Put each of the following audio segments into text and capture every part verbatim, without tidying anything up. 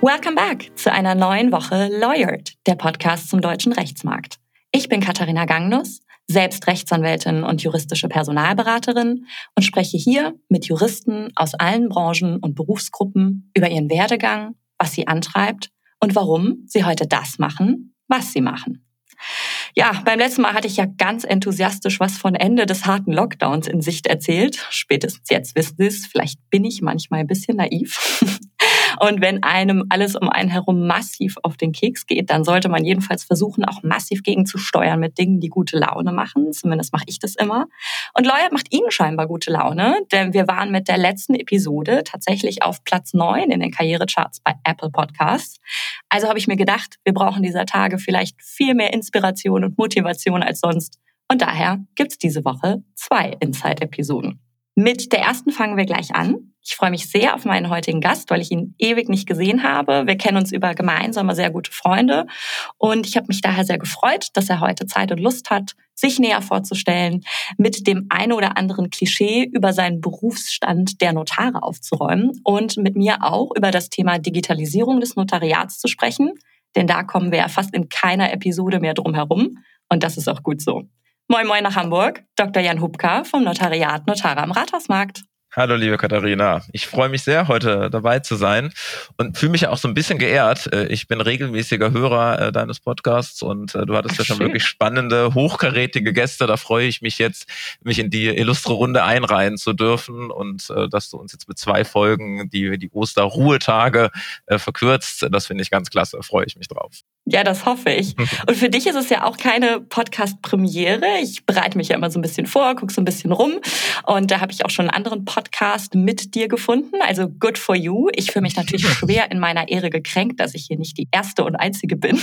Welcome back zu einer neuen Woche Lawyered, der Podcast zum deutschen Rechtsmarkt. Ich bin Katharina Gangnuss, selbst Rechtsanwältin und juristische Personalberaterin und spreche hier mit Juristen aus allen Branchen und Berufsgruppen über ihren Werdegang, was sie antreibt und warum sie heute das machen, was sie machen. Ja, beim letzten Mal hatte ich ja ganz enthusiastisch was von Ende des harten Lockdowns in Sicht erzählt. Spätestens jetzt wissen Sie es, vielleicht bin ich manchmal ein bisschen naiv. Und wenn einem alles um einen herum massiv auf den Keks geht, dann sollte man jedenfalls versuchen, auch massiv gegenzusteuern mit Dingen, die gute Laune machen. Zumindest mache ich das immer. Und Lawyered macht Ihnen scheinbar gute Laune, denn wir waren mit der letzten Episode tatsächlich auf Platz neun in den Karrierecharts bei Apple Podcasts. Also habe ich mir gedacht, wir brauchen dieser Tage vielleicht viel mehr Inspiration und Motivation als sonst. Und daher gibt's diese Woche zwei Inside-Episoden. Mit der ersten fangen wir gleich an. Ich freue mich sehr auf meinen heutigen Gast, weil ich ihn ewig nicht gesehen habe. Wir kennen uns über gemeinsame, sehr gute Freunde. Und ich habe mich daher sehr gefreut, dass er heute Zeit und Lust hat, sich näher vorzustellen, mit dem ein oder anderen Klischee über seinen Berufsstand der Notare aufzuräumen und mit mir auch über das Thema Digitalisierung des Notariats zu sprechen. Denn da kommen wir ja fast in keiner Episode mehr drum herum. Und das ist auch gut so. Moin Moin nach Hamburg, Doktor Jan Hupka vom Notariat Notare am Rathausmarkt. Hallo liebe Katharina, ich freue mich sehr, heute dabei zu sein und fühle mich auch so ein bisschen geehrt. Ich bin regelmäßiger Hörer deines Podcasts und du hattest Ach, ja schon schön. wirklich spannende, hochkarätige Gäste. Da freue ich mich jetzt, mich in die illustre Runde einreihen zu dürfen und dass du uns jetzt mit zwei Folgen die, die Osterruhetage verkürzt. Das finde ich ganz klasse, freue ich mich drauf. Ja, das hoffe ich. Und für dich ist es ja auch keine Podcast-Premiere. Ich bereite mich ja immer so ein bisschen vor, gucke so ein bisschen rum. Und da habe ich auch schon einen anderen Podcast mit dir gefunden. Also good for you. Ich fühle mich natürlich schwer in meiner Ehre gekränkt, dass ich hier nicht die erste und einzige bin.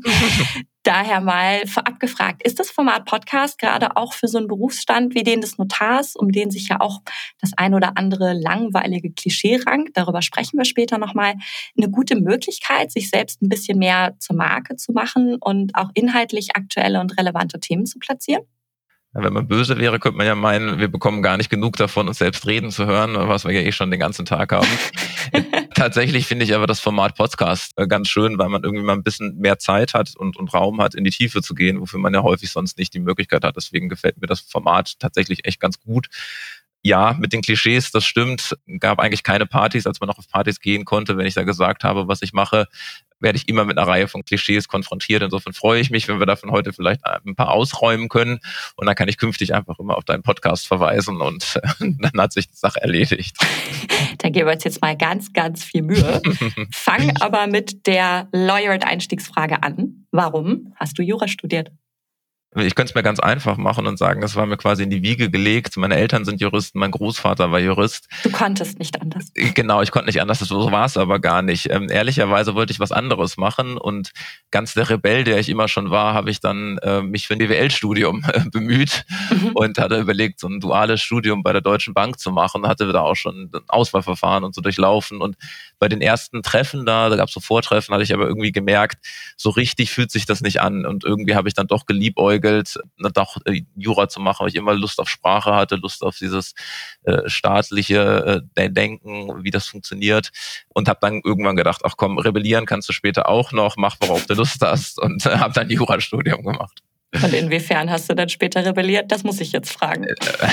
Daher mal vorab gefragt, ist das Format Podcast gerade auch für so einen Berufsstand wie den des Notars, um den sich ja auch das ein oder andere langweilige Klischee rankt, darüber sprechen wir später nochmal, eine gute Möglichkeit, sich selbst ein bisschen mehr zur Marke zu machen und auch inhaltlich aktuelle und relevante Themen zu platzieren? Ja, wenn man böse wäre, könnte man ja meinen, wir bekommen gar nicht genug davon, uns selbst reden zu hören, was wir ja eh schon den ganzen Tag haben. Tatsächlich finde ich aber das Format Podcast ganz schön, weil man irgendwie mal ein bisschen mehr Zeit hat und, und Raum hat, in die Tiefe zu gehen, wofür man ja häufig sonst nicht die Möglichkeit hat. Deswegen gefällt mir das Format tatsächlich echt ganz gut. Ja, mit den Klischees, das stimmt. Gab eigentlich keine Partys, als man noch auf Partys gehen konnte. Wenn ich da gesagt habe, was ich mache, werde ich immer mit einer Reihe von Klischees konfrontiert. Insofern freue ich mich, wenn wir davon heute vielleicht ein paar ausräumen können. Und dann kann ich künftig einfach immer auf deinen Podcast verweisen und dann hat sich die Sache erledigt. Da geben wir uns jetzt mal ganz, ganz viel Mühe. Fang aber mit der Lawyered-Einstiegsfrage an. Warum hast du Jura studiert? Ich könnte es mir ganz einfach machen und sagen, das war mir quasi in die Wiege gelegt. Meine Eltern sind Juristen, mein Großvater war Jurist. Du konntest nicht anders. Genau, ich konnte nicht anders, so war es aber gar nicht. Ähm, ehrlicherweise wollte ich was anderes machen und ganz der Rebell, der ich immer schon war, habe ich dann äh, mich für ein B W L-Studium äh, bemüht mhm. und hatte überlegt, so ein duales Studium bei der Deutschen Bank zu machen, hatte da auch schon ein Auswahlverfahren und so durchlaufen und bei den ersten Treffen da, da gab es so Vortreffen, hatte ich aber irgendwie gemerkt, so richtig fühlt sich das nicht an und irgendwie habe ich dann doch geliebäugelt, doch äh, Jura zu machen, weil ich immer Lust auf Sprache hatte, Lust auf dieses äh, staatliche äh, Denken, wie das funktioniert und habe dann irgendwann gedacht, ach komm, rebellieren kannst du später auch noch, mach, worauf du Lust hast und äh, habe dann Jurastudium gemacht. Und inwiefern hast du dann später rebelliert? Das muss ich jetzt fragen.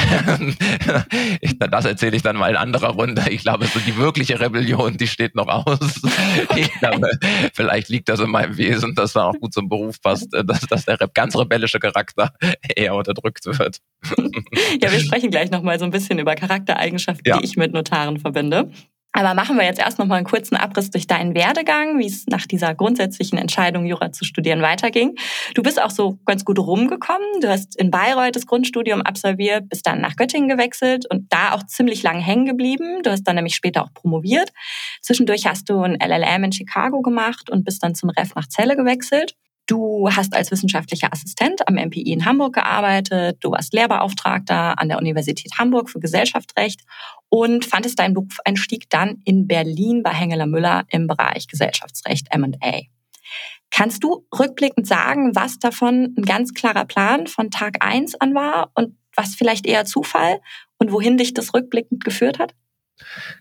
Das erzähle ich dann mal in anderer Runde. Ich glaube, so die wirkliche Rebellion, die steht noch aus. Okay. Ich glaube, vielleicht liegt das in meinem Wesen, dass da auch gut zum Beruf passt, dass, dass der ganz rebellische Charakter eher unterdrückt wird. Ja, wir sprechen gleich nochmal so ein bisschen über Charaktereigenschaften, ja. die ich mit Notaren verbinde. Aber machen wir jetzt erst noch mal einen kurzen Abriss durch deinen Werdegang, wie es nach dieser grundsätzlichen Entscheidung, Jura zu studieren, weiterging. Du bist auch so ganz gut rumgekommen. Du hast in Bayreuth das Grundstudium absolviert, bist dann nach Göttingen gewechselt und da auch ziemlich lang hängen geblieben. Du hast dann nämlich später auch promoviert. Zwischendurch hast du ein L L M in Chicago gemacht und bist dann zum Ref nach Celle gewechselt. Du hast als wissenschaftlicher Assistent am M P I in Hamburg gearbeitet, du warst Lehrbeauftragter an der Universität Hamburg für Gesellschaftsrecht und fandest deinen Berufseinstieg dann in Berlin bei Hengeler Müller im Bereich Gesellschaftsrecht M und A. Kannst du rückblickend sagen, was davon ein ganz klarer Plan von Tag eins an war und was vielleicht eher Zufall und wohin dich das rückblickend geführt hat?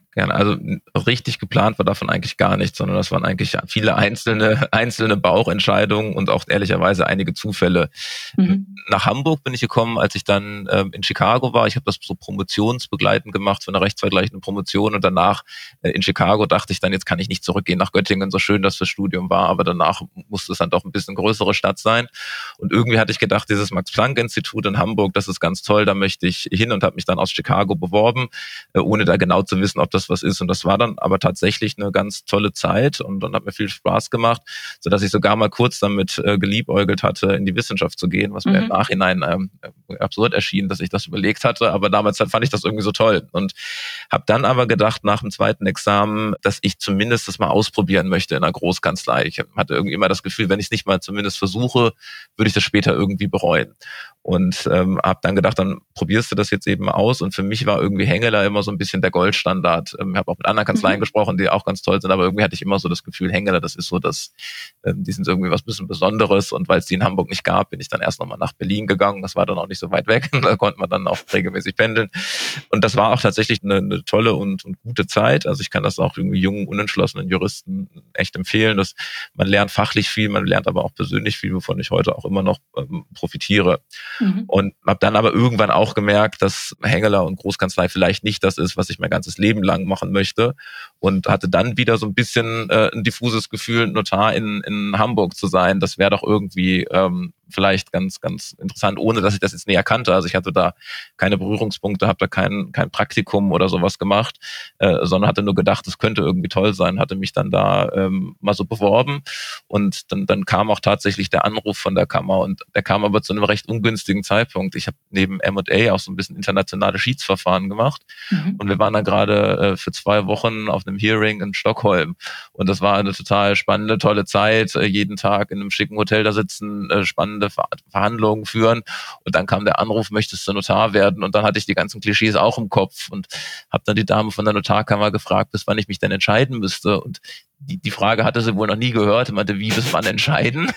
Gerne. Also richtig geplant war davon eigentlich gar nichts, sondern das waren eigentlich viele einzelne einzelne Bauchentscheidungen und auch ehrlicherweise einige Zufälle. Mhm. Nach Hamburg bin ich gekommen, als ich dann ähm, in Chicago war. Ich habe das so promotionsbegleitend gemacht für eine rechtsvergleichende Promotion und danach äh, in Chicago dachte ich dann, jetzt kann ich nicht zurückgehen nach Göttingen, so schön das fürs Studium war, aber danach musste es dann doch ein bisschen größere Stadt sein. Und irgendwie hatte ich gedacht, dieses Max-Planck-Institut in Hamburg, das ist ganz toll, da möchte ich hin und habe mich dann aus Chicago beworben, äh, ohne da genau zu wissen, ob das was ist. Und das war dann aber tatsächlich eine ganz tolle Zeit und dann hat mir viel Spaß gemacht, sodass ich sogar mal kurz damit äh, geliebäugelt hatte, in die Wissenschaft zu gehen, was mhm. mir im Nachhinein ähm, absurd erschien, dass ich das überlegt hatte. Aber damals fand ich das irgendwie so toll und habe dann aber gedacht nach dem zweiten Examen, dass ich zumindest das mal ausprobieren möchte in einer Großkanzlei. Ich hatte irgendwie immer das Gefühl, wenn ich es nicht mal zumindest versuche, würde ich das später irgendwie bereuen. Und ähm, habe dann gedacht, dann probierst du das jetzt eben aus. Und für mich war irgendwie Hengeler immer so ein bisschen der Goldstandard. Ich ähm, habe auch mit anderen Kanzleien mhm. gesprochen, die auch ganz toll sind, aber irgendwie hatte ich immer so das Gefühl, Hengeler, das ist so, dass ähm, die sind irgendwie was bisschen Besonderes. Und weil es die in Hamburg nicht gab, bin ich dann erst nochmal nach Berlin gegangen. Das war dann auch nicht so weit weg. Da konnte man dann auch regelmäßig pendeln. Und das war auch tatsächlich eine, eine tolle und, und gute Zeit. Also ich kann das auch irgendwie jungen, unentschlossenen Juristen echt empfehlen. Dass man lernt fachlich viel, man lernt aber auch persönlich viel, wovon ich heute auch immer noch ähm, profitiere. Mhm. Und habe dann aber irgendwann auch gemerkt, dass Hengeler und Großkanzlei vielleicht nicht das ist, was ich mein ganzes Leben lang machen möchte. Und hatte dann wieder so ein bisschen äh, ein diffuses Gefühl, Notar in, in Hamburg zu sein. Das wäre doch irgendwie ähm, vielleicht ganz, ganz interessant, ohne dass ich das jetzt näher kannte. Also ich hatte da keine Berührungspunkte, habe da kein, kein Praktikum oder sowas gemacht, äh, sondern hatte nur gedacht, es könnte irgendwie toll sein, hatte mich dann da ähm, mal so beworben und dann, dann kam auch tatsächlich der Anruf von der Kammer und der kam aber zu einem recht ungünstigen Zeitpunkt. Ich habe neben M und A auch so ein bisschen internationale Schiedsverfahren gemacht mhm. und wir waren dann gerade äh, für zwei Wochen auf einem Hearing in Stockholm und das war eine total spannende, tolle Zeit, äh, jeden Tag in einem schicken Hotel da sitzen, äh, spannend Verhandlungen führen und dann kam der Anruf, möchtest du Notar werden? Und dann hatte ich die ganzen Klischees auch im Kopf und habe dann die Dame von der Notarkammer gefragt, bis wann ich mich denn entscheiden müsste und die, die Frage hatte sie wohl noch nie gehört. Ich meinte, wie, bis wann entscheiden?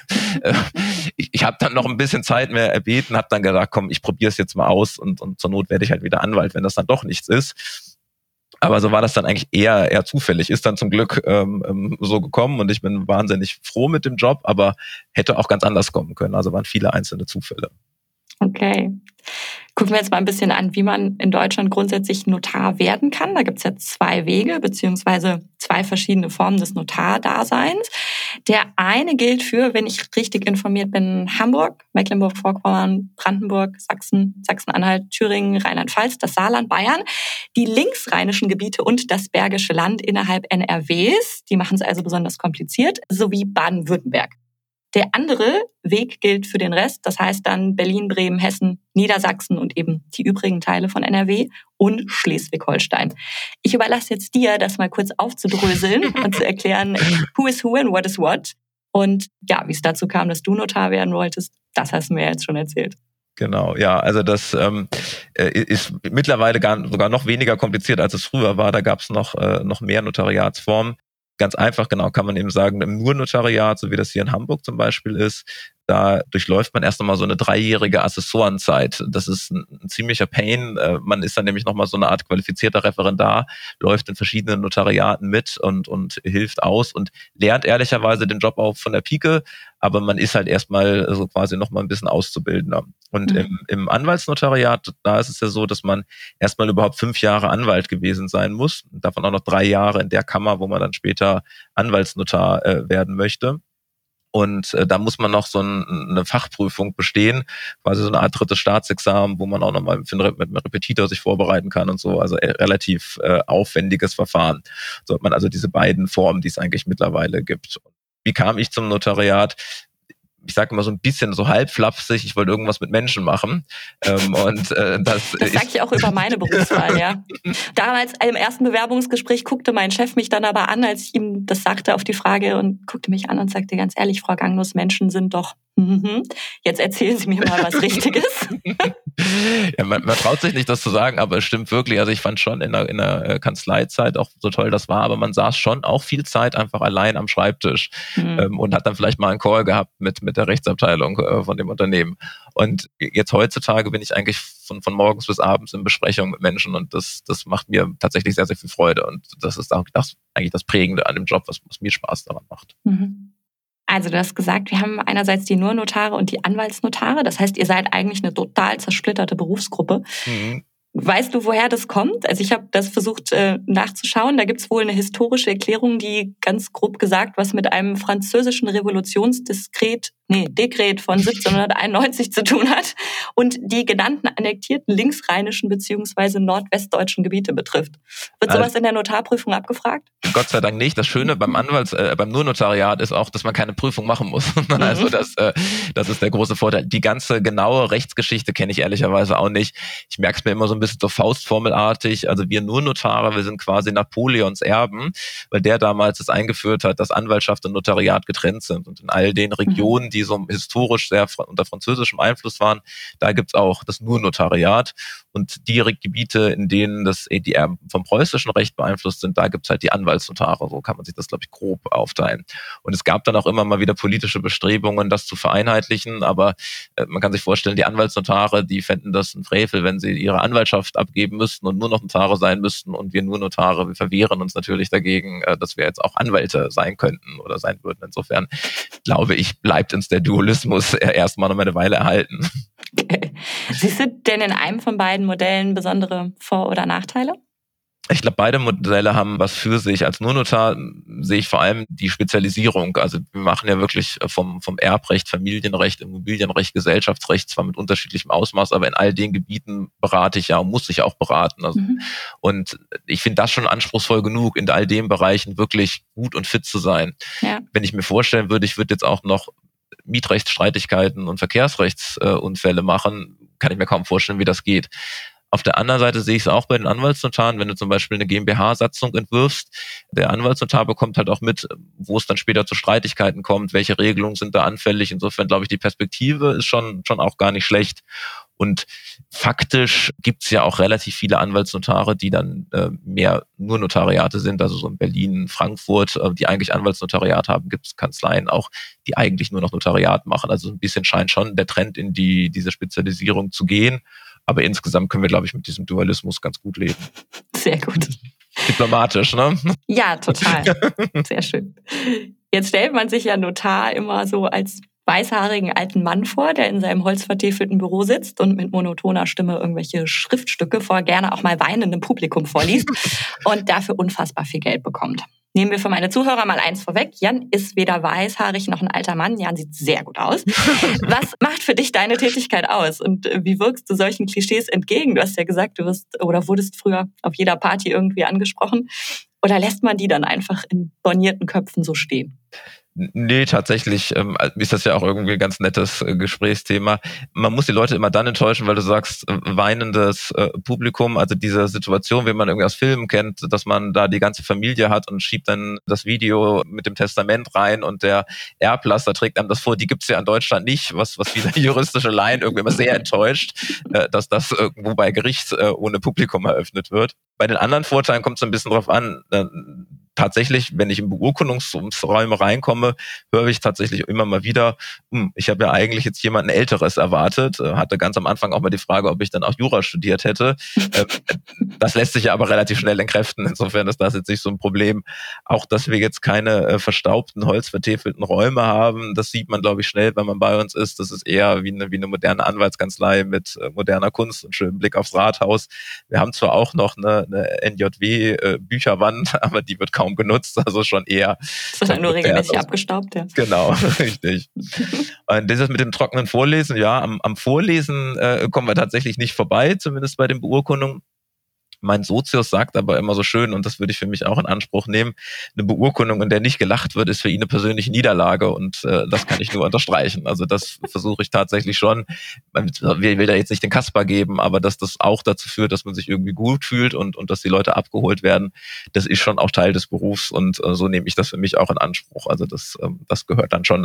ich ich habe dann noch ein bisschen Zeit mehr erbeten, habe dann gesagt, komm, ich probiere es jetzt mal aus und, und zur Not werde ich halt wieder Anwalt, wenn das dann doch nichts ist. Aber so war das dann eigentlich eher eher zufällig. Ist dann zum Glück ähm, so gekommen und ich bin wahnsinnig froh mit dem Job, aber hätte auch ganz anders kommen können. Also waren viele einzelne Zufälle. Okay. Gucken wir jetzt mal ein bisschen an, wie man in Deutschland grundsätzlich Notar werden kann. Da gibt es ja zwei Wege beziehungsweise zwei verschiedene Formen des Notardaseins. Der eine gilt für, wenn ich richtig informiert bin, Hamburg, Mecklenburg-Vorpommern, Brandenburg, Sachsen, Sachsen-Anhalt, Thüringen, Rheinland-Pfalz, das Saarland, Bayern, die linksrheinischen Gebiete und das Bergische Land innerhalb N R Ws. Die machen es also besonders kompliziert, sowie Baden-Württemberg. Der andere Weg gilt für den Rest, das heißt dann Berlin, Bremen, Hessen, Niedersachsen und eben die übrigen Teile von N R W und Schleswig-Holstein. Ich überlasse jetzt dir, das mal kurz aufzudröseln und zu erklären, who is who and what is what. Und ja, wie es dazu kam, dass du Notar werden wolltest, das hast du mir jetzt schon erzählt. Genau, ja, also das ähm, ist mittlerweile gar, sogar noch weniger kompliziert, als es früher war. Da gab es noch, äh, noch mehr Notariatsformen. Ganz einfach, genau, kann man eben sagen, im Nur-Notariat, so wie das hier in Hamburg zum Beispiel ist, da durchläuft man erst einmal so eine dreijährige Assessorenzeit. Das ist ein, ein ziemlicher Pain. Man ist dann nämlich nochmal so eine Art qualifizierter Referendar, läuft in verschiedenen Notariaten mit und, und hilft aus und lernt ehrlicherweise den Job auch von der Pike, aber man ist halt erstmal so quasi nochmal ein bisschen Auszubildender. Und mhm. im, im Anwaltsnotariat, da ist es ja so, dass man erstmal überhaupt fünf Jahre Anwalt gewesen sein muss, davon auch noch drei Jahre in der Kammer, wo man dann später Anwaltsnotar äh, werden möchte. Und äh, da muss man noch so ein, eine Fachprüfung bestehen, quasi so eine Art drittes Staatsexamen, wo man auch nochmal mit einem Repetitor sich vorbereiten kann und so. Also äh, relativ äh, aufwendiges Verfahren. So hat man also diese beiden Formen, die es eigentlich mittlerweile gibt. Wie kam ich zum Notariat? Ich sage immer so ein bisschen so halb flapsig, ich wollte irgendwas mit Menschen machen. Ähm, und äh, Das, das sage ich auch über meine Berufswahl, ja. Damals im ersten Bewerbungsgespräch guckte mein Chef mich dann aber an, als ich ihm das sagte auf die Frage und guckte mich an und sagte ganz ehrlich, Frau Gangnus, Menschen sind doch, jetzt erzählen Sie mir mal was Richtiges. Ja, man, man traut sich nicht, das zu sagen, aber es stimmt wirklich. Also ich fand schon in der, in der Kanzleizeit, auch so toll das war, aber man saß schon auch viel Zeit einfach allein am Schreibtisch mhm. ähm, und hat dann vielleicht mal einen Call gehabt mit, mit der Rechtsabteilung äh, von dem Unternehmen. Und jetzt heutzutage bin ich eigentlich von, von morgens bis abends in Besprechung mit Menschen und das, das macht mir tatsächlich sehr, sehr viel Freude. Und das ist auch das, eigentlich das Prägende an dem Job, was, was mir Spaß daran macht. Mhm. Also du hast gesagt, wir haben einerseits die Nur-Notare und die Anwaltsnotare. Das heißt, ihr seid eigentlich eine total zersplitterte Berufsgruppe. Mhm. Weißt du, woher das kommt? Also ich habe das versucht äh, nachzuschauen. Da gibt es wohl eine historische Erklärung, die ganz grob gesagt was mit einem französischen Revolutionsdiskret, nee, Dekret von siebzehnhunderteinundneunzig zu tun hat und die genannten annektierten linksrheinischen bzw. nordwestdeutschen Gebiete betrifft. Wird sowas also, in der Notarprüfung abgefragt? Gott sei Dank nicht. Das Schöne beim Anwalts, äh, beim Nur-Notariat ist auch, dass man keine Prüfung machen muss. Mhm. Also das, äh, das ist der große Vorteil. Die ganze genaue Rechtsgeschichte kenne ich ehrlicherweise auch nicht. Ich merke es mir immer so ein bisschen so faustformelartig. Also wir Nur-Notare, wir sind quasi Napoleons Erben, weil der damals es eingeführt hat, dass Anwaltschaft und Notariat getrennt sind. Und in all den Regionen, die so historisch sehr unter französischem Einfluss waren, da gibt's auch das Nur-Notariat. Und die Gebiete, in denen das die Erben vom preußischen Recht beeinflusst sind, da gibt's halt die Anwaltsnotare. So kann man sich das, glaube ich, grob aufteilen. Und es gab dann auch immer mal wieder politische Bestrebungen, das zu vereinheitlichen. Aber äh, man kann sich vorstellen, die Anwaltsnotare, die fänden das ein Frevel, wenn sie ihre Anwaltschaft abgeben müssten und nur noch Notare sein müssten. Und wir nur Notare, wir verwehren uns natürlich dagegen, äh, dass wir jetzt auch Anwälte sein könnten oder sein würden. Insofern glaube ich, bleibt uns der Dualismus erstmal noch eine Weile erhalten. Okay. Siehst du denn in einem von beiden Modellen besondere Vor- oder Nachteile? Ich glaube, beide Modelle haben was für sich. Als Nur-Notar sehe ich vor allem die Spezialisierung. Also wir machen ja wirklich vom, vom Erbrecht, Familienrecht, Immobilienrecht, Gesellschaftsrecht, zwar mit unterschiedlichem Ausmaß, aber in all den Gebieten berate ich ja und muss ich auch beraten. Also, mhm. Und ich finde das schon anspruchsvoll genug, in all den Bereichen wirklich gut und fit zu sein. Ja. Wenn ich mir vorstellen würde, ich würde jetzt auch noch Mietrechtsstreitigkeiten und Verkehrsrechtsunfälle machen, kann ich mir kaum vorstellen, wie das geht. Auf der anderen Seite sehe ich es auch bei den Anwaltsnotaren, wenn du zum Beispiel eine GmbH-Satzung entwirfst, der Anwaltsnotar bekommt halt auch mit, wo es dann später zu Streitigkeiten kommt, welche Regelungen sind da anfällig. Insofern glaube ich, die Perspektive ist schon schon auch gar nicht schlecht. Und faktisch gibt es ja auch relativ viele Anwaltsnotare, die dann äh, mehr nur Notariate sind, also so in Berlin, Frankfurt, äh, die eigentlich Anwaltsnotariat haben, gibt es Kanzleien auch, die eigentlich nur noch Notariat machen. Also ein bisschen scheint schon der Trend in die diese Spezialisierung zu gehen. Aber insgesamt können wir, glaube ich, mit diesem Dualismus ganz gut leben. Sehr gut. Diplomatisch, ne? Ja, total. Sehr schön. Jetzt stellt man sich ja Notar immer so als weißhaarigen alten Mann vor, der in seinem holzvertäfelten Büro sitzt und mit monotoner Stimme irgendwelche Schriftstücke vor gerne auch mal weinendem Publikum vorliest und dafür unfassbar viel Geld bekommt. Nehmen wir für meine Zuhörer mal eins vorweg. Jan ist weder weißhaarig noch ein alter Mann. Jan sieht sehr gut aus. Was macht für dich deine Tätigkeit aus? Und wie wirkst du solchen Klischees entgegen? Du hast ja gesagt, du wirst oder wurdest früher auf jeder Party irgendwie angesprochen. Oder lässt man die dann einfach in bornierten Köpfen so stehen? Nee, tatsächlich ähm, ist das ja auch irgendwie ein ganz nettes äh, Gesprächsthema. Man muss die Leute immer dann enttäuschen, weil du sagst, äh, weinendes äh, Publikum, also diese Situation, wie man irgendwie aus Filmen kennt, dass man da die ganze Familie hat und schiebt dann das Video mit dem Testament rein und der Erblasser trägt einem das vor, die gibt's ja in Deutschland nicht, was was viele juristische Laien irgendwie immer sehr enttäuscht, äh, dass das irgendwo bei Gericht äh, ohne Publikum eröffnet wird. Bei den anderen Vorteilen kommt es ein bisschen drauf an, äh, tatsächlich, wenn ich in Beurkundungsräume reinkomme, höre ich tatsächlich immer mal wieder, hm, ich habe ja eigentlich jetzt jemanden Älteres erwartet, hatte ganz am Anfang auch mal die Frage, ob ich dann auch Jura studiert hätte. Das lässt sich ja aber relativ schnell entkräften, insofern ist das jetzt nicht so ein Problem. Auch, dass wir jetzt keine verstaubten, holzvertäfelten Räume haben, das sieht man, glaube ich, schnell, wenn man bei uns ist. Das ist eher wie eine, wie eine moderne Anwaltskanzlei mit moderner Kunst und schönem Blick aufs Rathaus. Wir haben zwar auch noch eine, eine N J W-Bücherwand, aber die wird kaum genutzt, also schon eher. Das ist halt nur regelmäßig abgestaubt, ja. Genau, richtig. Und dieses mit dem trockenen Vorlesen, ja, am, am Vorlesen äh, kommen wir tatsächlich nicht vorbei, zumindest bei den Beurkundungen. Mein Sozius sagt aber immer so schön, und das würde ich für mich auch in Anspruch nehmen, eine Beurkundung, in der nicht gelacht wird, ist für ihn eine persönliche Niederlage und äh, das kann ich nur unterstreichen. Also das versuche ich tatsächlich schon. Ich will da jetzt nicht den Kasper geben, aber dass das auch dazu führt, dass man sich irgendwie gut fühlt und, und dass die Leute abgeholt werden, das ist schon auch Teil des Berufs und äh, so nehme ich das für mich auch in Anspruch. Also das, ähm, das gehört dann schon dazu.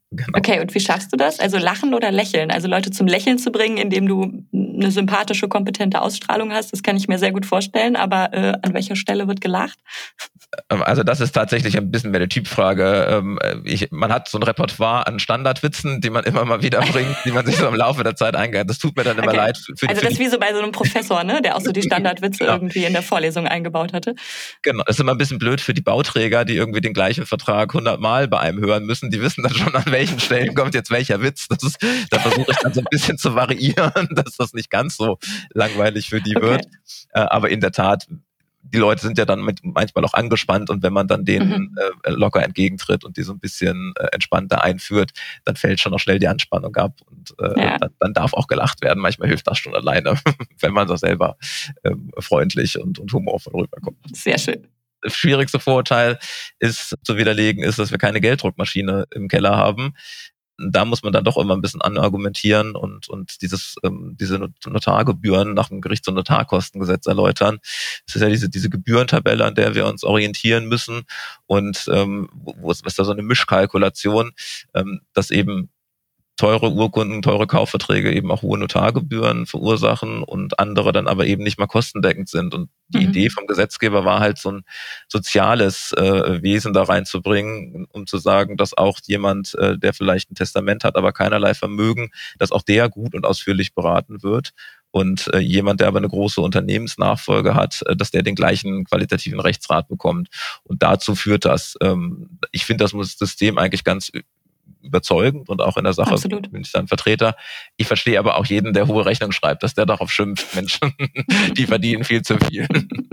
Genau. Okay, und wie schaffst du das? Also lachen oder lächeln? Also Leute zum Lächeln zu bringen, indem du eine sympathische, kompetente Ausstrahlung hast, das kann ich mir sehr gut vorstellen. Aber äh, an welcher Stelle wird gelacht? Also das ist tatsächlich ein bisschen mehr eine Typfrage. Ich, man hat so ein Repertoire an Standardwitzen, die man immer mal wieder bringt, die man sich so im Laufe der Zeit eingeht. Das tut mir dann immer Okay. leid. Für, also für das ist die, wie so bei so einem Professor, ne, der auch so die Standardwitze genau. irgendwie in der Vorlesung eingebaut hatte. Genau, das ist immer ein bisschen blöd für die Bauträger, die irgendwie den gleichen Vertrag hundertmal bei einem hören müssen. Die wissen dann schon, an welchen Stellen kommt jetzt welcher Witz. Das ist, da versuche ich dann so ein bisschen zu variieren, dass das nicht ganz so langweilig für die okay. wird. Aber in der Tat, die Leute sind ja dann mit, manchmal auch angespannt und wenn man dann denen mhm. äh, locker entgegentritt und die so ein bisschen äh, entspannter einführt, dann fällt schon auch schnell die Anspannung ab und äh, ja. dann, dann darf auch gelacht werden. Manchmal hilft das schon alleine, wenn man so selber äh, freundlich und, und humorvoll rüberkommt. Sehr schön. Das schwierigste Vorurteil ist zu widerlegen, ist, dass wir keine Gelddruckmaschine im Keller haben. Da muss man dann doch immer ein bisschen anargumentieren und, und dieses, ähm, diese Notargebühren nach dem Gerichts- und Notarkostengesetz erläutern. Es ist ja diese, diese Gebührentabelle, an der wir uns orientieren müssen und ähm, wo ist, ist da so eine Mischkalkulation, ähm, dass eben teure Urkunden, teure Kaufverträge eben auch hohe Notargebühren verursachen und andere dann aber eben nicht mal kostendeckend sind. Und die mhm. Idee vom Gesetzgeber war halt so ein soziales äh, Wesen da reinzubringen, um zu sagen, dass auch jemand, äh, der vielleicht ein Testament hat, aber keinerlei Vermögen, dass auch der gut und ausführlich beraten wird. Und äh, jemand, der aber eine große Unternehmensnachfolge hat, äh, dass der den gleichen qualitativen Rechtsrat bekommt. Und dazu führt das. Ähm, ich finde das System eigentlich ganz überzeugend und auch in der Sache Absolut. Bin ich dann Vertreter. Ich verstehe aber auch jeden, der hohe Rechnung schreibt, dass der darauf schimpft, Menschen, die verdienen viel zu viel.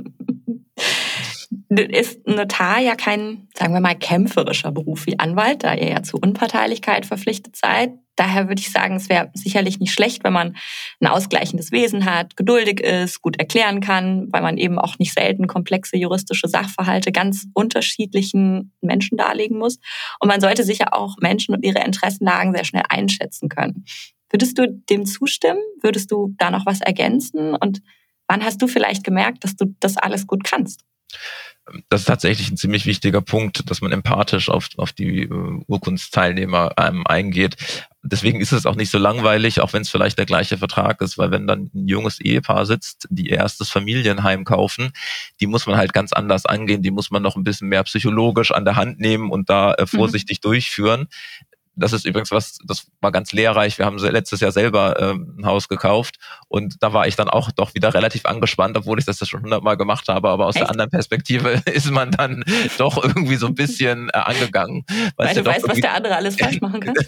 Ist ein Notar ja kein, sagen wir mal, kämpferischer Beruf wie Anwalt, da ihr ja zur Unparteilichkeit verpflichtet seid. Daher würde ich sagen, es wäre sicherlich nicht schlecht, wenn man ein ausgleichendes Wesen hat, geduldig ist, gut erklären kann, weil man eben auch nicht selten komplexe juristische Sachverhalte ganz unterschiedlichen Menschen darlegen muss. Und man sollte sicher auch Menschen und ihre Interessenlagen sehr schnell einschätzen können. Würdest du dem zustimmen? Würdest du da noch was ergänzen? Und wann hast du vielleicht gemerkt, dass du das alles gut kannst? Das ist tatsächlich ein ziemlich wichtiger Punkt, dass man empathisch auf, auf die uh, Urkunftsteilnehmer ähm, eingeht. Deswegen ist es auch nicht so langweilig, auch wenn es vielleicht der gleiche Vertrag ist, weil wenn dann ein junges Ehepaar sitzt, die ihr erstes Familienheim kaufen, die muss man halt ganz anders angehen, die muss man noch ein bisschen mehr psychologisch an der Hand nehmen und da äh, vorsichtig mhm. durchführen. Das ist übrigens was, das war ganz lehrreich. Wir haben letztes Jahr selber ähm, ein Haus gekauft und da war ich dann auch doch wieder relativ angespannt, obwohl ich das ja schon hundertmal gemacht habe. Aber aus Echt? der anderen Perspektive ist man dann doch irgendwie so ein bisschen äh, angegangen. Weil du weißt, was der andere alles falsch machen kann?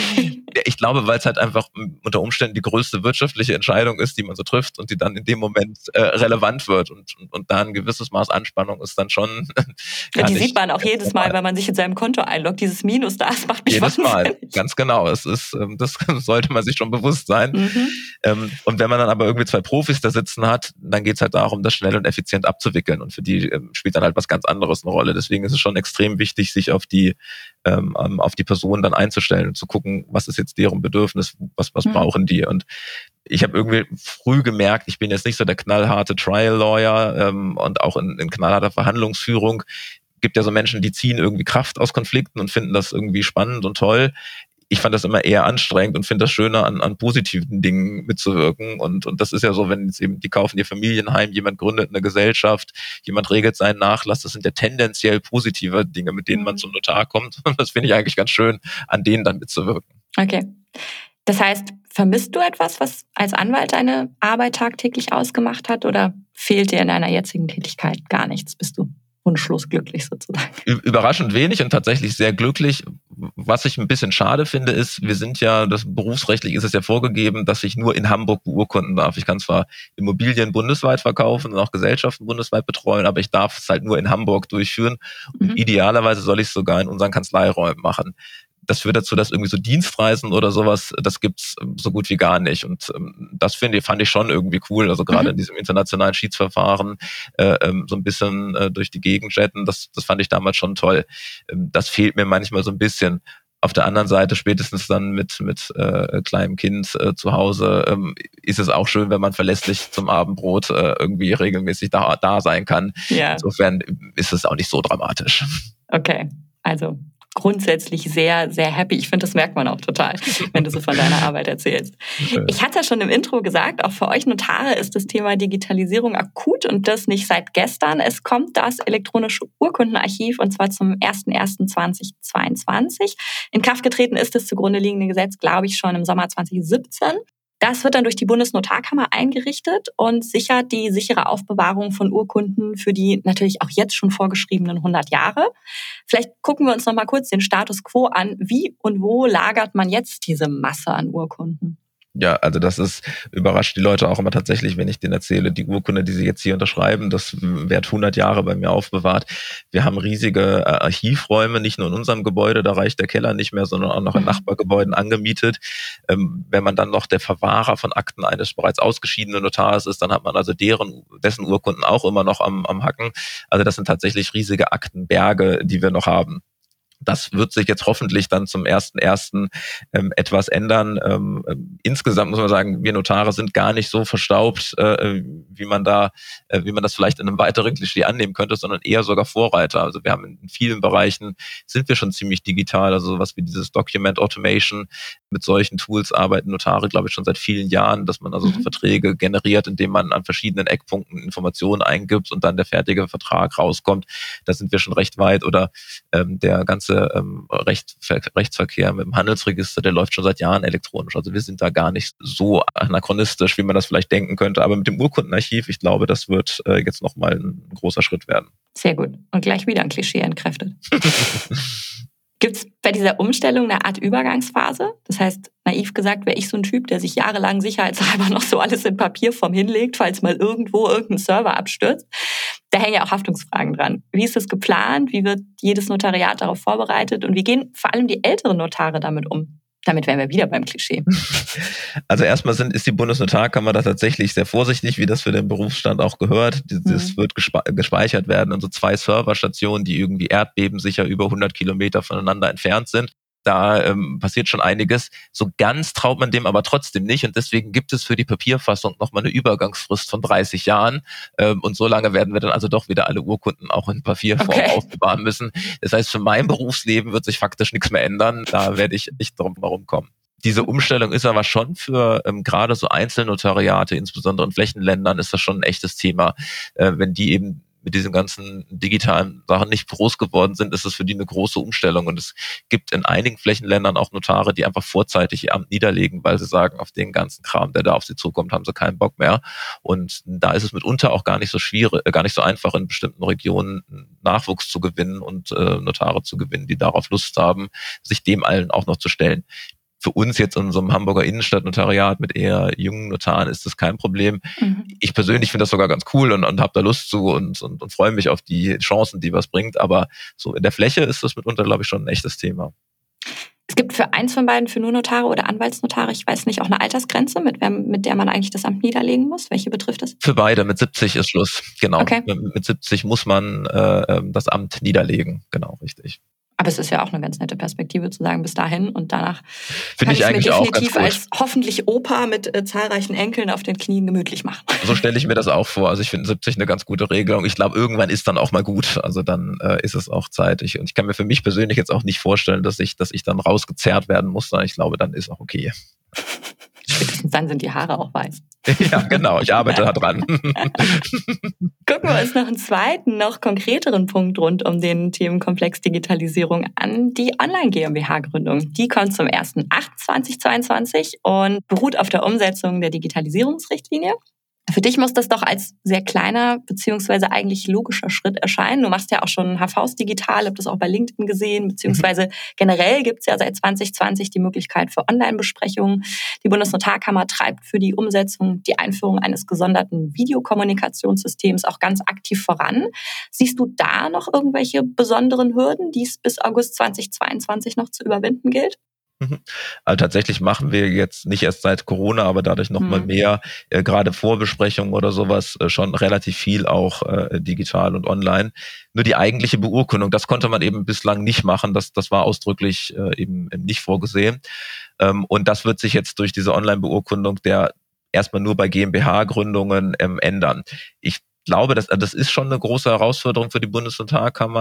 Ich glaube, weil es halt einfach unter Umständen die größte wirtschaftliche Entscheidung ist, die man so trifft und die dann in dem Moment äh, relevant wird. Und, und, und da ein gewisses Maß Anspannung ist dann schon... Ja, die sieht man auch jedes Mal, wenn man sich in seinem Konto einloggt. Dieses Minus da, das macht mich Jedes wahnsinnig. Mal, ganz genau. Es ist, das sollte man sich schon bewusst sein. Mhm. Und wenn man dann aber irgendwie zwei Profis da sitzen hat, dann geht es halt darum, das schnell und effizient abzuwickeln. Und für die spielt dann halt was ganz anderes eine Rolle. Deswegen ist es schon extrem wichtig, sich auf die auf die Person dann einzustellen und zu gucken, was ist jetzt deren Bedürfnis, was was mhm. brauchen die. Und ich habe irgendwie früh gemerkt, ich bin jetzt nicht so der knallharte Trial Lawyer ähm, und auch in, in knallharter Verhandlungsführung. Gibt ja so Menschen, die ziehen irgendwie Kraft aus Konflikten und finden das irgendwie spannend und toll. Ich fand das immer eher anstrengend und finde das schöner, an, an positiven Dingen mitzuwirken. Und, und das ist ja so, wenn jetzt eben die kaufen ihr Familienheim, jemand gründet eine Gesellschaft, jemand regelt seinen Nachlass. Das sind ja tendenziell positive Dinge, mit denen man zum Notar kommt. Und das finde ich eigentlich ganz schön, an denen dann mitzuwirken. Okay. Das heißt, vermisst du etwas, was als Anwalt deine Arbeit tagtäglich ausgemacht hat? Oder fehlt dir in deiner jetzigen Tätigkeit gar nichts? Bist du wunschlos glücklich sozusagen? Überraschend wenig und tatsächlich sehr glücklich. Was ich ein bisschen schade finde, ist, wir sind ja, das berufsrechtlich ist es ja vorgegeben, dass ich nur in Hamburg beurkunden darf. Ich kann zwar Immobilien bundesweit verkaufen und auch Gesellschaften bundesweit betreuen, aber ich darf es halt nur in Hamburg durchführen. Und mhm. idealerweise soll ich es sogar in unseren Kanzleiräumen machen. Das führt dazu, dass irgendwie so Dienstreisen oder sowas, das gibt's so gut wie gar nicht. Und ähm, das finde ich, fand ich schon irgendwie cool. Also gerade mhm. in diesem internationalen Schiedsverfahren äh, ähm, so ein bisschen äh, durch die Gegend jetten, das, das fand ich damals schon toll. Ähm, das fehlt mir manchmal so ein bisschen. Auf der anderen Seite, spätestens dann mit mit äh, kleinem Kind äh, zu Hause, ähm, ist es auch schön, wenn man verlässlich zum Abendbrot äh, irgendwie regelmäßig da, da sein kann. Ja. Insofern ist es auch nicht so dramatisch. Okay, also grundsätzlich sehr, sehr happy. Ich finde, das merkt man auch total, wenn du so von deiner Arbeit erzählst. Ich hatte ja schon im Intro gesagt, auch für euch Notare ist das Thema Digitalisierung akut und das nicht seit gestern. Es kommt das elektronische Urkundenarchiv und zwar zum ersten ersten zweitausendzweiundzwanzig. In Kraft getreten ist das zugrunde liegende Gesetz, glaube ich, schon im Sommer zwanzig siebzehn. Das wird dann durch die Bundesnotarkammer eingerichtet und sichert die sichere Aufbewahrung von Urkunden für die natürlich auch jetzt schon vorgeschriebenen hundert Jahre. Vielleicht gucken wir uns noch mal kurz den Status quo an. Wie und wo lagert man jetzt diese Masse an Urkunden? Ja, also das ist, überrascht die Leute auch immer tatsächlich, wenn ich denen erzähle, die Urkunde, die sie jetzt hier unterschreiben, das wird hundert Jahre bei mir aufbewahrt. Wir haben riesige äh, Archivräume, nicht nur in unserem Gebäude, da reicht der Keller nicht mehr, sondern auch noch in Nachbargebäuden angemietet. Ähm, wenn man dann noch der Verwahrer von Akten eines bereits ausgeschiedenen Notars ist, dann hat man also deren, dessen Urkunden auch immer noch am, am Hacken. Also das sind tatsächlich riesige Aktenberge, die wir noch haben. Das wird sich jetzt hoffentlich dann zum ersten ersten ähm, etwas ändern. Ähm, insgesamt muss man sagen, wir Notare sind gar nicht so verstaubt, äh, wie man da, äh, wie man das vielleicht in einem weiteren Klischee annehmen könnte, sondern eher sogar Vorreiter. Also wir haben in vielen Bereichen sind wir schon ziemlich digital. Also sowas wie dieses Document Automation, mit solchen Tools arbeiten Notare, glaube ich, schon seit vielen Jahren, dass man also so Verträge generiert, indem man an verschiedenen Eckpunkten Informationen eingibt und dann der fertige Vertrag rauskommt. Da sind wir schon recht weit. Oder ähm, der ganze ähm, Recht, Rechtsverkehr mit dem Handelsregister, der läuft schon seit Jahren elektronisch. Also wir sind da gar nicht so anachronistisch, wie man das vielleicht denken könnte. Aber mit dem Urkundenarchiv, ich glaube, das wird äh, jetzt nochmal ein großer Schritt werden. Sehr gut. Und gleich wieder ein Klischee entkräftet. Gibt es bei dieser Umstellung eine Art Übergangsphase? Das heißt, naiv gesagt, wäre ich so ein Typ, der sich jahrelang sicherheitshalber noch so alles in Papierform hinlegt, falls mal irgendwo irgendein Server abstürzt. Da hängen ja auch Haftungsfragen dran. Wie ist das geplant? Wie wird jedes Notariat darauf vorbereitet? Und wie gehen vor allem die älteren Notare damit um? Damit wären wir wieder beim Klischee. Also erstmal sind, ist die Bundesnotarkammer da tatsächlich sehr vorsichtig, wie das für den Berufsstand auch gehört. Das mhm. wird gespe- gespeichert werden in so zwei Serverstationen, die irgendwie erdbebensicher über hundert Kilometer voneinander entfernt sind. Da ähm, passiert schon einiges. So ganz traut man dem aber trotzdem nicht. Und deswegen gibt es für die Papierfassung nochmal eine Übergangsfrist von dreißig Jahren. Ähm, und so lange werden wir dann also doch wieder alle Urkunden auch in Papierform okay. aufbewahren müssen. Das heißt, für mein Berufsleben wird sich faktisch nichts mehr ändern. Da werde ich nicht drum herum kommen. Diese Umstellung ist aber schon für ähm, gerade so Einzelnotariate, insbesondere in Flächenländern, ist das schon ein echtes Thema. Äh, wenn die eben mit diesen ganzen digitalen Sachen nicht groß geworden sind, ist es für die eine große Umstellung. Und es gibt in einigen Flächenländern auch Notare, die einfach vorzeitig ihr Amt niederlegen, weil sie sagen, auf den ganzen Kram, der da auf sie zukommt, haben sie keinen Bock mehr. Und da ist es mitunter auch gar nicht so schwierig, gar nicht so einfach, in bestimmten Regionen Nachwuchs zu gewinnen und äh, Notare zu gewinnen, die darauf Lust haben, sich dem allen auch noch zu stellen. Für uns jetzt in so einem Hamburger Innenstadtnotariat mit eher jungen Notaren ist das kein Problem. Mhm. Ich persönlich finde das sogar ganz cool und, und habe da Lust zu und, und, und freue mich auf die Chancen, die was bringt. Aber so in der Fläche ist das mitunter, glaube ich, schon ein echtes Thema. Es gibt für eins von beiden, für nur Notare oder Anwaltsnotare, ich weiß nicht, auch eine Altersgrenze, mit, wer, mit der man eigentlich das Amt niederlegen muss? Welche betrifft es? Für beide, mit siebzig ist Schluss. Genau. Okay. Mit, mit siebzig muss man äh, das Amt niederlegen. Genau, richtig. Aber es ist ja auch eine ganz nette Perspektive zu sagen, bis dahin und danach Finde ich eigentlich auch ganz gut. Als hoffentlich Opa mit äh, zahlreichen Enkeln auf den Knien gemütlich machen. So stelle ich mir das auch vor. Also ich finde siebzig eine ganz gute Regelung. Ich glaube, irgendwann ist dann auch mal gut. Also dann äh, ist es auch zeitig. Und ich kann mir für mich persönlich jetzt auch nicht vorstellen, dass ich, dass ich dann rausgezerrt werden muss, sondern ich glaube, dann ist auch okay. Spätestens dann sind die Haare auch weiß. Ja, genau. Ich arbeite da dran. Gucken wir uns noch einen zweiten, noch konkreteren Punkt rund um den Themenkomplex Digitalisierung an. Die Online-GmbH-Gründung. Die kommt zum ersten achten zweitausendzweiundzwanzig und beruht auf der Umsetzung der Digitalisierungsrichtlinie. Für dich muss das doch als sehr kleiner beziehungsweise eigentlich logischer Schritt erscheinen. Du machst ja auch schon H Vs digital, habt das auch bei LinkedIn gesehen, beziehungsweise generell gibt es ja seit zwanzig zwanzig die Möglichkeit für Online-Besprechungen. Die Bundesnotarkammer treibt für die Umsetzung die Einführung eines gesonderten Videokommunikationssystems auch ganz aktiv voran. Siehst du da noch irgendwelche besonderen Hürden, die es bis August zweitausendzweiundzwanzig noch zu überwinden gilt? Also tatsächlich machen wir jetzt nicht erst seit Corona, aber dadurch noch mhm. mal mehr, äh, gerade Vorbesprechungen oder sowas, äh, schon relativ viel auch äh, digital und online. Nur die eigentliche Beurkundung, das konnte man eben bislang nicht machen, das, das war ausdrücklich äh, eben, eben nicht vorgesehen. Ähm, und das wird sich jetzt durch diese Online-Beurkundung der erstmal nur bei GmbH-Gründungen ähm, ändern. Ich glaube, das, das ist schon eine große Herausforderung für die Bundesnotarkammer,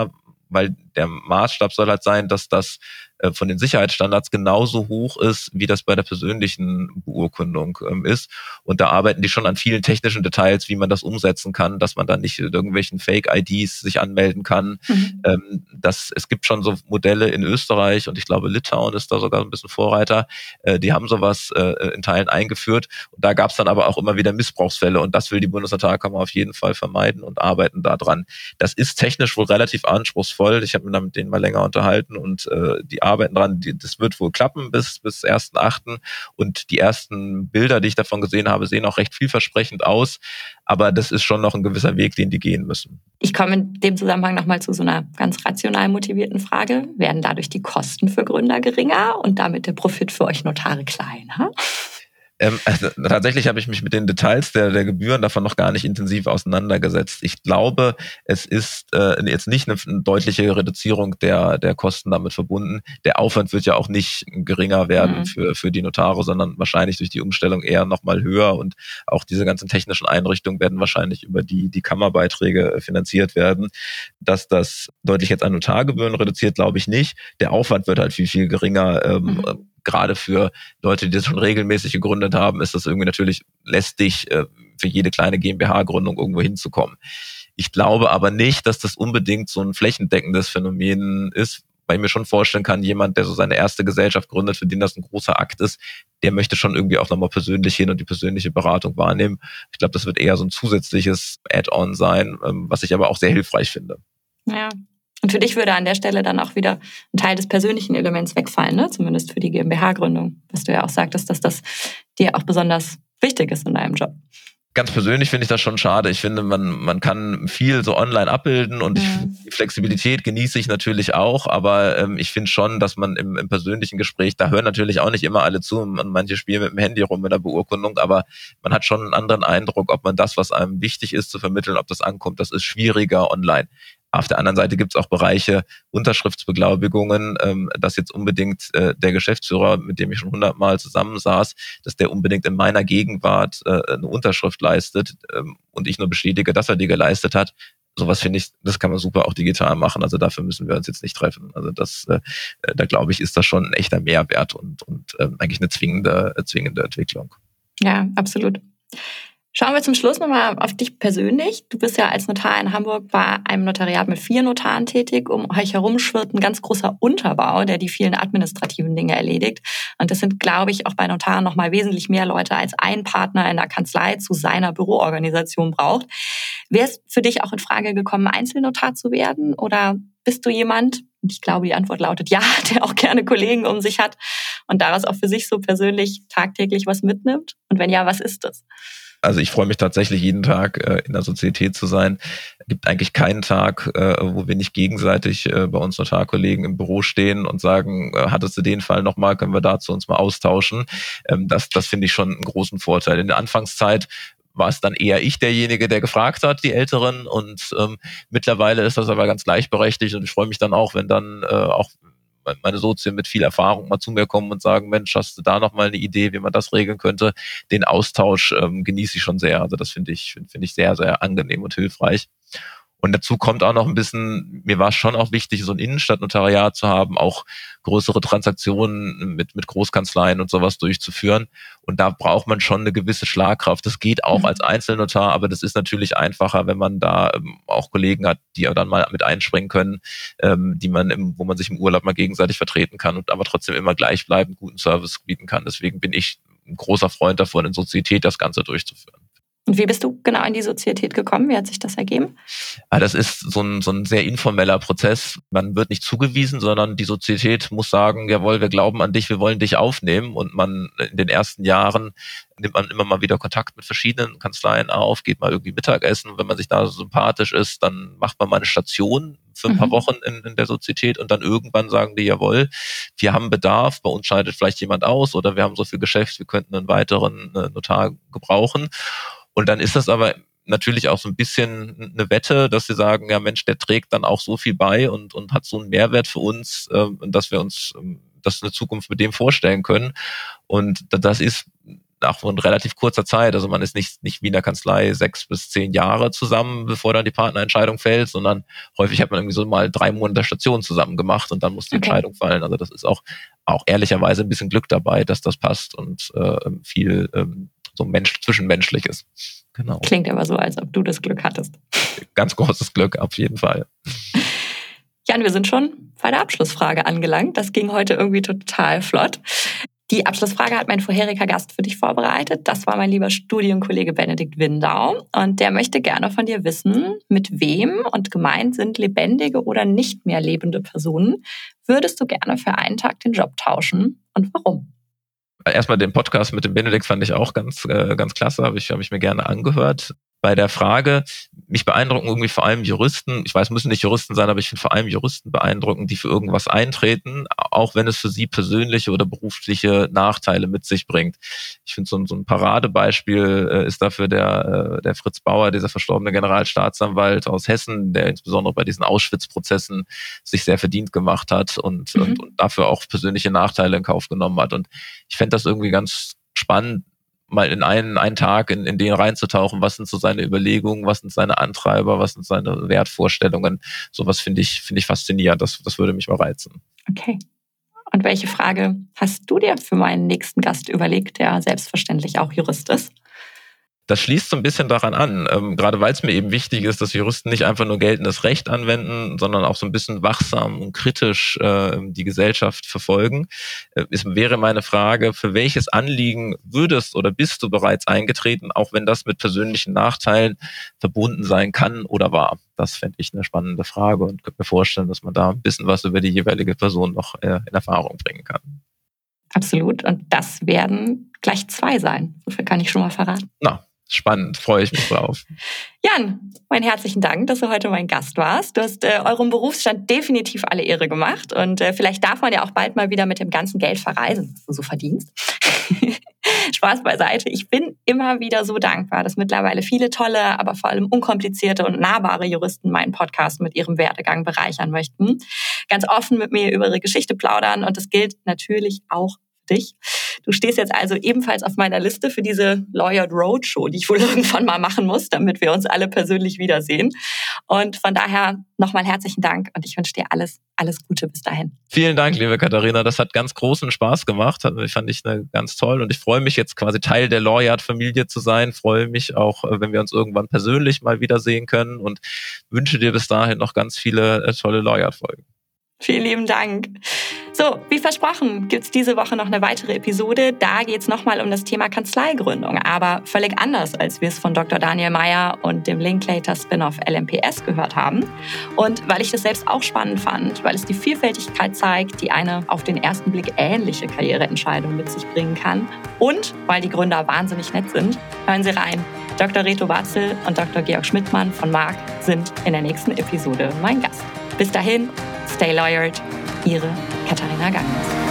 weil der Maßstab soll halt sein, dass das äh, von den Sicherheitsstandards genauso hoch ist, wie das bei der persönlichen Beurkundung ähm, ist. Und da arbeiten die schon an vielen technischen Details, wie man das umsetzen kann, dass man da nicht mit irgendwelchen Fake-I Ds sich anmelden kann. Mhm. Ähm, das, es gibt schon so Modelle in Österreich und ich glaube Litauen ist da sogar ein bisschen Vorreiter. Äh, die haben sowas äh, in Teilen eingeführt. Und da gab es dann aber auch immer wieder Missbrauchsfälle und das will die Bundesnotarkammer auf jeden Fall vermeiden und arbeiten da dran. Das ist technisch wohl relativ anspruchsvoll. Ich habe mich da mit denen mal länger unterhalten und äh, die arbeiten dran. Die, das wird wohl klappen bis bis ersten achten und die ersten Bilder, die ich davon gesehen habe, sehen auch recht vielversprechend aus. Aber das ist schon noch ein gewisser Weg, den die gehen müssen. Ich komme in dem Zusammenhang nochmal zu so einer ganz rational motivierten Frage. Werden dadurch die Kosten für Gründer geringer und damit der Profit für euch Notare kleiner? Ähm, also, tatsächlich habe ich mich mit den Details der, der Gebühren davon noch gar nicht intensiv auseinandergesetzt. Ich glaube, es ist äh, jetzt nicht eine, eine deutliche Reduzierung der, der Kosten damit verbunden. Der Aufwand wird ja auch nicht geringer werden mhm. für, für die Notare, sondern wahrscheinlich durch die Umstellung eher nochmal höher und auch diese ganzen technischen Einrichtungen werden wahrscheinlich über die, die Kammerbeiträge finanziert werden. Dass das deutlich jetzt an Notargebühren reduziert, glaube ich nicht. Der Aufwand wird halt viel, viel geringer. Ähm, mhm. Gerade für Leute, die das schon regelmäßig gegründet haben, ist das irgendwie natürlich lästig, für jede kleine GmbH-Gründung irgendwo hinzukommen. Ich glaube aber nicht, dass das unbedingt so ein flächendeckendes Phänomen ist, weil ich mir schon vorstellen kann, jemand, der so seine erste Gesellschaft gründet, für den das ein großer Akt ist, der möchte schon irgendwie auch nochmal persönlich hin und die persönliche Beratung wahrnehmen. Ich glaube, das wird eher so ein zusätzliches Add-on sein, was ich aber auch sehr hilfreich finde. Ja. Und für dich würde an der Stelle dann auch wieder ein Teil des persönlichen Elements wegfallen, ne? Zumindest für die GmbH-Gründung, was du ja auch sagtest, dass das dir auch besonders wichtig ist in deinem Job. Ganz persönlich finde ich das schon schade. Ich finde, man man kann viel so online abbilden und ich, mhm. die Flexibilität genieße ich natürlich auch, aber ähm, ich finde schon, dass man im, im persönlichen Gespräch, da hören natürlich auch nicht immer alle zu und manche spielen mit dem Handy rum in der Beurkundung, aber man hat schon einen anderen Eindruck, ob man das, was einem wichtig ist zu vermitteln, ob das ankommt. Das ist schwieriger online. Auf der anderen Seite gibt es auch Bereiche, Unterschriftsbeglaubigungen, ähm, dass jetzt unbedingt äh, der Geschäftsführer, mit dem ich schon hundertmal zusammensaß, dass der unbedingt in meiner Gegenwart äh, eine Unterschrift leistet ähm, und ich nur bestätige, dass er die geleistet hat. Sowas finde ich, das kann man super auch digital machen. Also dafür müssen wir uns jetzt nicht treffen. Also das, äh, da glaube ich, ist das schon ein echter Mehrwert und, und äh, eigentlich eine zwingende, äh, zwingende Entwicklung. Ja, absolut. Schauen wir zum Schluss nochmal auf dich persönlich. Du bist ja als Notar in Hamburg bei einem Notariat mit vier Notaren tätig. Um euch herum schwirrt ein ganz großer Unterbau, der die vielen administrativen Dinge erledigt. Und das sind, glaube ich, auch bei Notaren nochmal wesentlich mehr Leute, als ein Partner in der Kanzlei zu seiner Büroorganisation braucht. Wäre es für dich auch in Frage gekommen, Einzelnotar zu werden? Oder bist du jemand, und ich glaube, die Antwort lautet ja, der auch gerne Kollegen um sich hat und daraus auch für sich so persönlich tagtäglich was mitnimmt? Und wenn ja, was ist das? Also ich freue mich tatsächlich jeden Tag äh, in der Sozietät zu sein. Es gibt eigentlich keinen Tag, äh, wo wir nicht gegenseitig äh, bei uns Notarkollegen im Büro stehen und sagen, äh, hattest du den Fall nochmal, können wir dazu uns mal austauschen. Ähm, das das finde ich schon einen großen Vorteil. In der Anfangszeit war es dann eher ich derjenige, der gefragt hat, die Älteren. Und ähm, mittlerweile ist das aber ganz gleichberechtigt und ich freue mich dann auch, wenn dann äh, auch meine Sozien mit viel Erfahrung mal zu mir kommen und sagen, Mensch, hast du da noch mal eine Idee, wie man das regeln könnte? Den Austausch ähm, genieße ich schon sehr. Also das finde ich, finde ich sehr, sehr angenehm und hilfreich. Und dazu kommt auch noch ein bisschen, mir war es schon auch wichtig, so ein Innenstadtnotariat zu haben, auch größere Transaktionen mit, mit Großkanzleien und sowas durchzuführen. Und da braucht man schon eine gewisse Schlagkraft. Das geht auch mhm. als Einzelnotar, aber das ist natürlich einfacher, wenn man da ähm, auch Kollegen hat, die dann mal mit einspringen können, ähm, die man im, wo man sich im Urlaub mal gegenseitig vertreten kann und aber trotzdem immer gleichbleibend guten Service bieten kann. Deswegen bin ich ein großer Freund davon, in Sozietät das Ganze durchzuführen. Und wie bist du genau in die Sozietät gekommen? Wie hat sich das ergeben? Das ist so ein, so ein sehr informeller Prozess. Man wird nicht zugewiesen, sondern die Sozietät muss sagen, jawohl, wir glauben an dich, wir wollen dich aufnehmen. Und man in den ersten Jahren nimmt man immer mal wieder Kontakt mit verschiedenen Kanzleien auf, geht mal irgendwie Mittagessen. Wenn man sich da so sympathisch ist, dann macht man mal eine Station für ein paar mhm. Wochen in, in der Sozietät und dann irgendwann sagen die, jawohl, wir haben Bedarf, bei uns scheidet vielleicht jemand aus oder wir haben so viel Geschäft, wir könnten einen weiteren Notar gebrauchen. Und dann ist das aber natürlich auch so ein bisschen eine Wette, dass sie sagen, ja Mensch, der trägt dann auch so viel bei und, und hat so einen Mehrwert für uns, äh, dass wir uns ähm, das in der Zukunft mit dem vorstellen können. Und das ist nach in relativ kurzer Zeit. Also man ist nicht, nicht wie in der Kanzlei sechs bis zehn Jahre zusammen, bevor dann die Partnerentscheidung fällt, sondern häufig hat man irgendwie so mal drei Monate Station zusammen gemacht und dann muss die okay. Entscheidung fallen. Also das ist auch, auch ehrlicherweise ein bisschen Glück dabei, dass das passt und äh, viel ähm, so Mensch, Zwischenmenschliches. Genau. Klingt aber so, als ob du das Glück hattest. Ganz großes Glück, auf jeden Fall. Jan, wir sind schon bei der Abschlussfrage angelangt. Das ging heute irgendwie total flott. Die Abschlussfrage hat mein vorheriger Gast für dich vorbereitet. Das war mein lieber Studienkollege Benedikt Windau. Und der möchte gerne von dir wissen, mit wem, und gemeint sind lebendige oder nicht mehr lebende Personen, würdest du gerne für einen Tag den Job tauschen und warum? Erstmal den Podcast mit dem Benedikt fand ich auch ganz, äh, ganz klasse, habe ich, hab ich mir gerne angehört. Bei der Frage, mich beeindrucken irgendwie vor allem Juristen, ich weiß, müssen nicht Juristen sein, aber ich finde vor allem Juristen beeindruckend, die für irgendwas eintreten, auch wenn es für sie persönliche oder berufliche Nachteile mit sich bringt. Ich finde, so, so ein Paradebeispiel äh, ist dafür der, äh, der Fritz Bauer, dieser verstorbene Generalstaatsanwalt aus Hessen, der insbesondere bei diesen Auschwitz-Prozessen sich sehr verdient gemacht hat und, mhm. und, und dafür auch persönliche Nachteile in Kauf genommen hat. Und ich fände das irgendwie ganz spannend, mal in einen, einen Tag in, in den reinzutauchen, was sind so seine Überlegungen, was sind seine Antreiber, was sind seine Wertvorstellungen. Sowas finde ich, finde ich faszinierend, das, das würde mich mal reizen. Okay. Und welche Frage hast du dir für meinen nächsten Gast überlegt, der selbstverständlich auch Jurist ist? Das schließt so ein bisschen daran an, ähm, gerade weil es mir eben wichtig ist, dass Juristen nicht einfach nur geltendes Recht anwenden, sondern auch so ein bisschen wachsam und kritisch äh, die Gesellschaft verfolgen. Äh, es wäre meine Frage, für welches Anliegen würdest oder bist du bereits eingetreten, auch wenn das mit persönlichen Nachteilen verbunden sein kann oder war? Das fände ich eine spannende Frage und könnte mir vorstellen, dass man da ein bisschen was über die jeweilige Person noch äh, in Erfahrung bringen kann. Absolut. Und das werden gleich zwei sein. So viel kann ich schon mal verraten. Na. Spannend, freue ich mich drauf. Jan, meinen herzlichen Dank, dass du heute mein Gast warst. Du hast äh, eurem Berufsstand definitiv alle Ehre gemacht und äh, vielleicht darf man ja auch bald mal wieder mit dem ganzen Geld verreisen, was du so verdienst. Spaß beiseite. Ich bin immer wieder so dankbar, dass mittlerweile viele tolle, aber vor allem unkomplizierte und nahbare Juristen meinen Podcast mit ihrem Werdegang bereichern möchten. Ganz offen mit mir über ihre Geschichte plaudern und das gilt natürlich auch dich. Du stehst jetzt also ebenfalls auf meiner Liste für diese Lawyered Roadshow, die ich wohl irgendwann mal machen muss, damit wir uns alle persönlich wiedersehen. Und von daher nochmal herzlichen Dank und ich wünsche dir alles, alles Gute bis dahin. Vielen Dank, liebe Katharina. Das hat ganz großen Spaß gemacht. Das fand ich ganz toll und ich freue mich jetzt quasi Teil der Lawyered-Familie zu sein. Freue mich auch, wenn wir uns irgendwann persönlich mal wiedersehen können und wünsche dir bis dahin noch ganz viele tolle Lawyered-Folgen. Vielen lieben Dank. So, wie versprochen, gibt's diese Woche noch eine weitere Episode. Da geht's nochmal um das Thema Kanzleigründung, aber völlig anders, als wir es von Doktor Daniel Meyer und dem Linklater-Spin-off L M P S gehört haben. Und weil ich das selbst auch spannend fand, weil es die Vielfältigkeit zeigt, die eine auf den ersten Blick ähnliche Karriereentscheidung mit sich bringen kann und weil die Gründer wahnsinnig nett sind, hören Sie rein. Doktor Reto Watzel und Doktor Georg Schmidtmann von Mark sind in der nächsten Episode mein Gast. Bis dahin, stay lawyered, Ihre Katharina Gangnus.